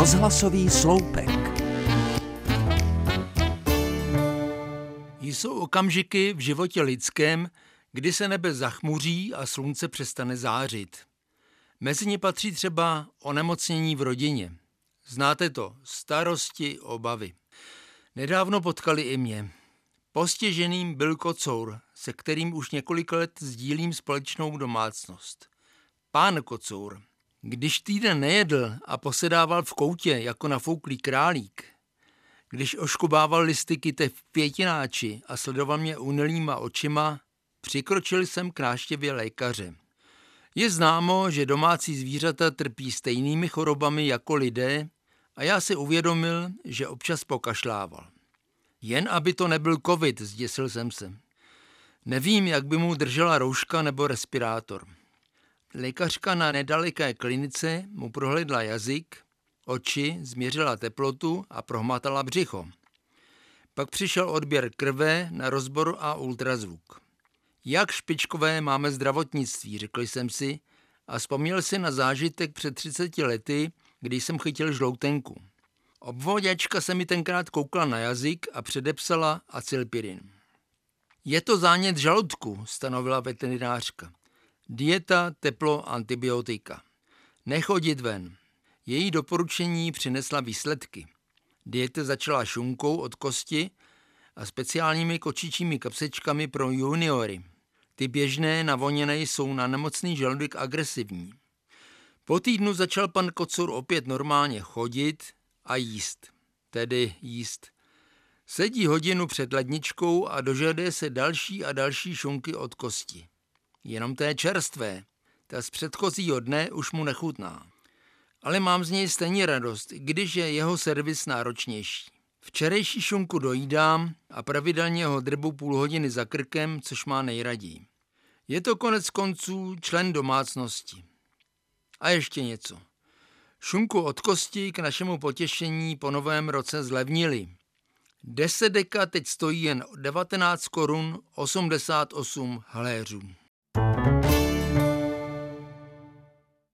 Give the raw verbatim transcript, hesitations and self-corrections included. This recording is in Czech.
Rozhlasový sloupek. Jsou okamžiky v životě lidském, kdy se nebe zachmuří a slunce přestane zářit. Mezi ně patří třeba onemocnění v rodině. Znáte to, starosti, obavy. Nedávno potkali i mě. Postiženým byl kocour, se kterým už několik let sdílím společnou domácnost. Pán kocour. Když týden nejedl a posedával v koutě jako nafouklý králík, když oškubával listy kytev v květináči a sledoval mě unilýma očima, přikročil jsem k návštěvě lékaře. Je známo, že domácí zvířata trpí stejnými chorobami jako lidé a já si uvědomil, že občas pokašlával. Jen aby to nebyl covid, zděsil jsem se. Nevím, jak by mu držela rouška nebo respirátor. Lékařka na nedaleké klinice mu prohlédla jazyk, oči, změřila teplotu a prohmatala břicho. Pak přišel odběr krve na rozbor a ultrazvuk. Jak špičkové máme zdravotnictví, řekl jsem si a vzpomněl si na zážitek před třiceti lety, když jsem chytil žloutenku. Obvoďačka se mi tenkrát koukla na jazyk a předepsala acylpirin. Je to zánět žaludku, stanovila veterinářka. Dieta, teplo, antibiotika. Nechodit ven. Její doporučení přinesla výsledky. Dieta začala šunkou od kosti a speciálními kočičími kapsečkami pro juniory. Ty běžné navoněné jsou na nemocný žaludek agresivní. Po týdnu začal pan kocour opět normálně chodit a jíst. Tedy jíst. Sedí hodinu před ledničkou a dožaduje se další a další šunky od kosti. Jenom té čerstvé. Ta z předchozího dne už mu nechutná. Ale mám z něj stejně radost, když je jeho servis náročnější. Včerejší šunku dojídám a pravidelně ho drbu půl hodiny za krkem, což má nejraději. Je to konec konců člen domácnosti. A ještě něco. Šunku od kosti k našemu potěšení po novém roce zlevnili. deset deka teď stojí jen devatenáct korun osmdesát osm haléřů.